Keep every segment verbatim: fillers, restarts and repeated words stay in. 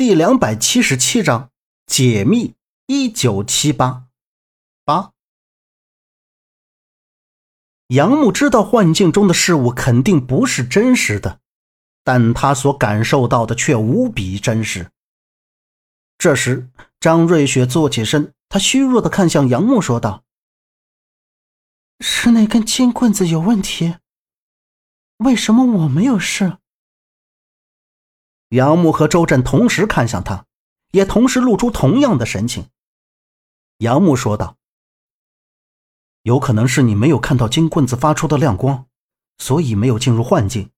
第两百七十七章解密一九七八。八。杨木知道幻境中的事物肯定不是真实的，但他所感受到的却无比真实。这时张瑞雪坐起身，他虚弱地看向杨木说道： 是那根金棍子有问题，为什么我没有事？ 杨木和周震同时看向他，也同时露出同样的神情。杨木说道：有可能是你没有看到金棍子发出的亮光，所以没有进入幻境。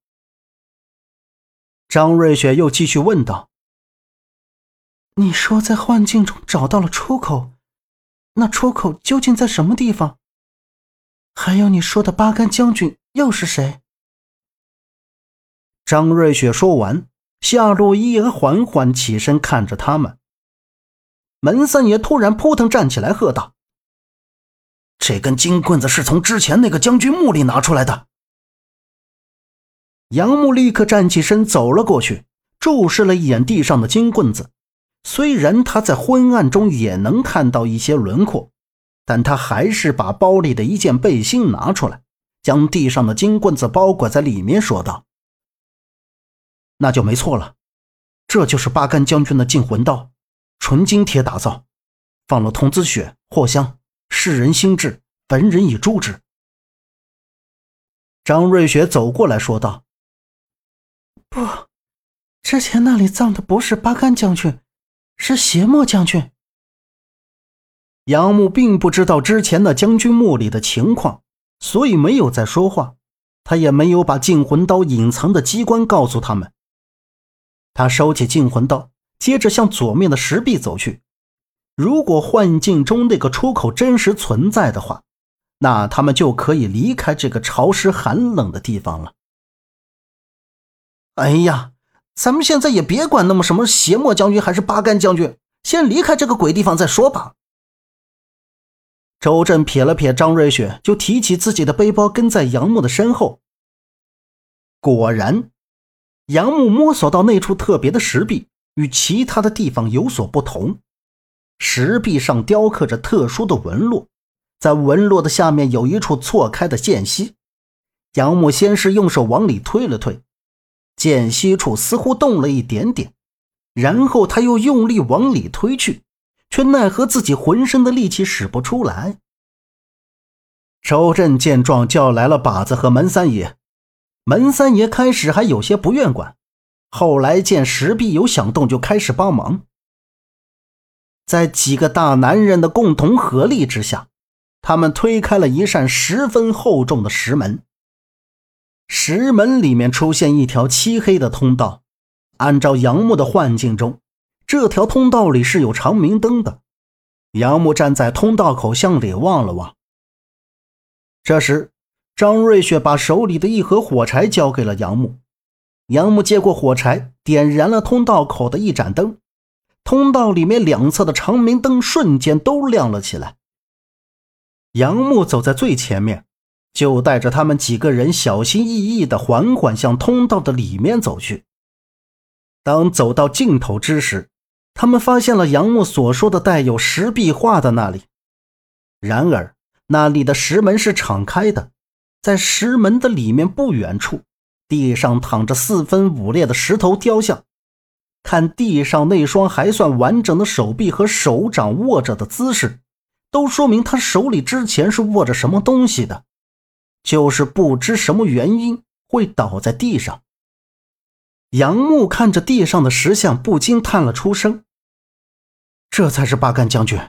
张瑞雪又继续问道： 你说在幻境中找到了出口，那出口究竟在什么地方？还有你说的巴干将军又是谁？ 张瑞雪说完，夏洛伊也缓缓起身看着他们。门三爷突然扑腾站起来喝道：这根金棍子是从之前那个将军墓里拿出来的。杨木立刻站起身走了过去，注视了一眼地上的金棍子。虽然他在昏暗中也能看到一些轮廓，但他还是把包里的一件背心拿出来，将地上的金棍子包裹在里面，说道：那就没错了，这就是巴干将军的禁魂刀，纯金铁打造，放了童子血、藿香、世人心智，本人以诛之。张瑞雪走过来说道： 不，之前那里葬的不是巴干将军，是邪魔将军。 杨木并不知道之前的将军墓里的情况，所以没有再说话，他也没有把禁魂刀隐藏的机关告诉他们。他收起禁魂刀，接着向左面的石壁走去。如果幻境中那个出口真实存在的话，那他们就可以离开这个潮湿寒冷的地方了。哎呀，咱们现在也别管那么什么邪魔将军还是巴干将军，先离开这个鬼地方再说吧。周震瞥了瞥张瑞雪，就提起自己的背包跟在杨木的身后。果然，杨木摸索到那处特别的石壁，与其他的地方有所不同。石壁上雕刻着特殊的纹络，在纹络的下面有一处错开的间隙。杨木先是用手往里推了推，间隙处似乎动了一点点，然后他又用力往里推去，却奈何自己浑身的力气使不出来。周震见状叫来了把子和门三爷。门三爷开始还有些不愿管，后来见石壁有响动就开始帮忙。在几个大男人的共同合力之下，他们推开了一扇十分厚重的石门。石门里面出现一条漆黑的通道，按照杨木的幻境中，这条通道里是有长明灯的。杨木站在通道口向里望了望。这时张瑞雪把手里的一盒火柴交给了杨木。杨木接过火柴，点燃了通道口的一盏灯，通道里面两侧的长明灯瞬间都亮了起来。杨木走在最前面，就带着他们几个人小心翼翼地缓缓向通道的里面走去。当走到尽头之时，他们发现了杨木所说的带有石壁画的那里。然而那里的石门是敞开的，在石门的里面不远处，地上躺着四分五裂的石头雕像。看地上那双还算完整的手臂和手掌握着的姿势，都说明他手里之前是握着什么东西的，就是不知什么原因会倒在地上。杨木看着地上的石像，不禁叹了出声：这才是巴干将军。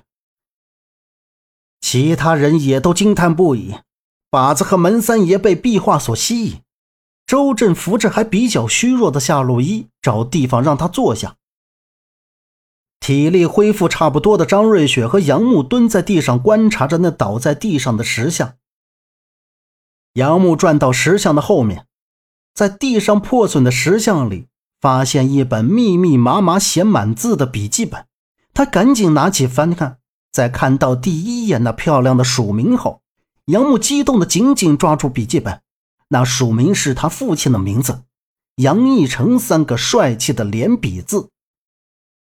其他人也都惊叹不已，把子和门三爷被壁画所吸引。周震扶着还比较虚弱的夏洛伊，找地方让他坐下。体力恢复差不多的张瑞雪和杨木蹲在地上观察着那倒在地上的石像。杨木转到石像的后面，在地上破损的石像里发现一本密密麻麻写满字的笔记本，他赶紧拿起翻看，在看到第一页那漂亮的署名后，杨木激动地紧紧抓住笔记本，那署名是他父亲的名字，杨义成三个帅气的连笔字。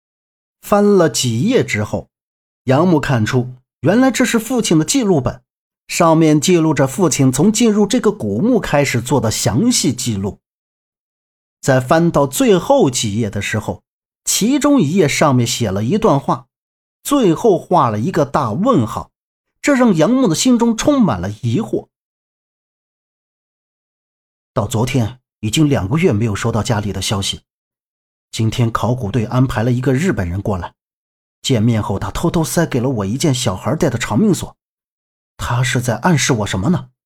翻了几页之后，杨木看出原来这是父亲的记录本，上面记录着父亲从进入这个古墓开始做的详细记录。在翻到最后几页的时候，其中一页上面写了一段话，最后画了一个大问号，这让杨木的心中充满了疑惑。到昨天已经两个月没有收到家里的消息，今天考古队安排了一个日本人过来，见面后他偷偷塞给了我一件小孩戴的长命锁，他是在暗示我什么呢？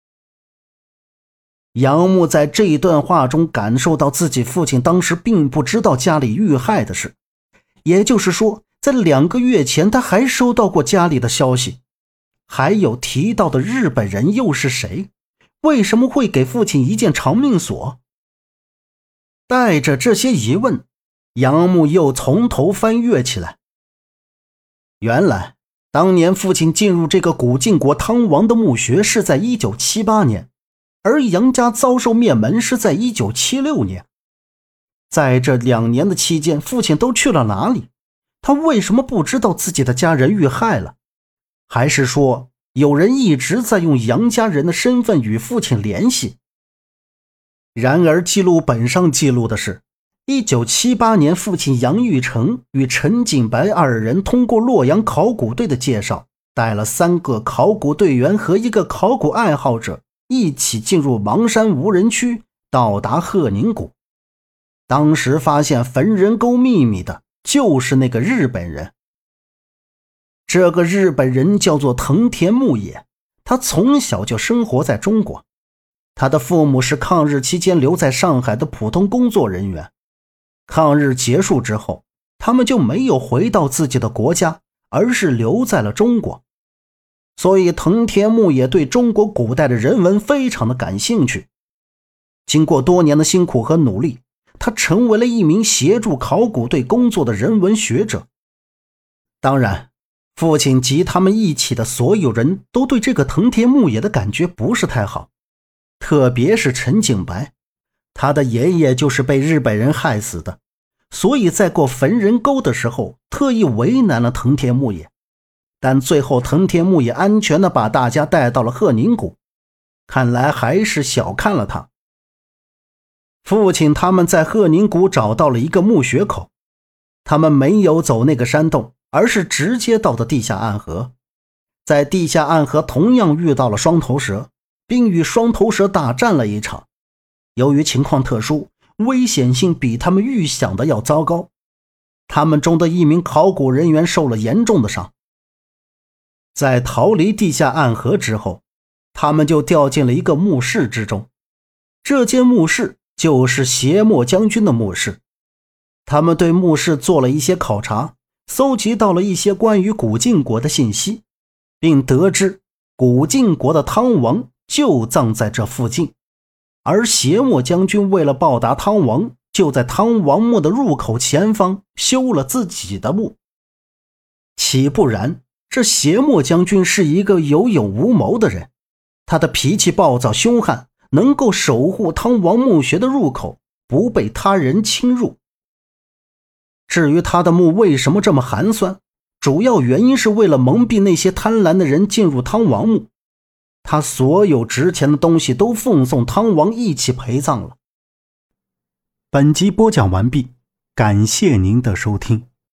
杨木在这一段话中感受到自己父亲当时并不知道家里遇害的事，也就是说在两个月前他还收到过家里的消息。还有提到的日本人又是谁？为什么会给父亲一件长命锁？带着这些疑问，杨木又从头翻阅起来。原来当年父亲进入这个古晋国汤王的墓穴是在一九七八年，而杨家遭受灭门是在一九七六年。在这两年的期间，父亲都去了哪里？他为什么不知道自己的家人遇害了？还是说有人一直在用杨家人的身份与父亲联系？然而记录本上记录的是一九七八年父亲杨玉成与陈景白二人通过洛阳考古队的介绍，带了三个考古队员和一个考古爱好者一起进入邙山无人区，到达鹤宁谷。当时发现焚人沟秘密的就是那个日本人。这个日本人叫做藤田牧野，他从小就生活在中国，他的父母是抗日期间留在上海的普通工作人员。抗日结束之后，他们就没有回到自己的国家，而是留在了中国。所以藤田牧野对中国古代的人文非常的感兴趣。经过多年的辛苦和努力，他成为了一名协助考古队工作的人文学者。当然，父亲及他们一起的所有人都对这个藤田牧野的感觉不是太好，特别是陈景白，他的爷爷就是被日本人害死的，所以在过焚人沟的时候特意为难了藤田牧野。但最后藤田牧野安全地把大家带到了鹤宁谷，看来还是小看了他。父亲他们在鹤宁谷找到了一个墓穴口，他们没有走那个山洞，而是直接到的地下暗河。在地下暗河同样遇到了双头蛇，并与双头蛇大战了一场。由于情况特殊，危险性比他们预想的要糟糕，他们中的一名考古人员受了严重的伤。在逃离地下暗河之后，他们就掉进了一个墓室之中。这间墓室就是邪墨将军的墓室。他们对墓室做了一些考察，搜集到了一些关于古晋国的信息，并得知古晋国的汤王就葬在这附近，而邪墨将军为了报答汤王，就在汤王墓的入口前方修了自己的墓。岂不然，这邪墨将军是一个有勇无谋的人，他的脾气暴躁凶悍，能够守护汤王墓穴的入口不被他人侵入。至于他的墓为什么这么寒酸，主要原因是为了蒙蔽那些贪婪的人进入汤王墓，他所有值钱的东西都奉送汤王一起陪葬了。 本集播讲完毕，感谢您的收听。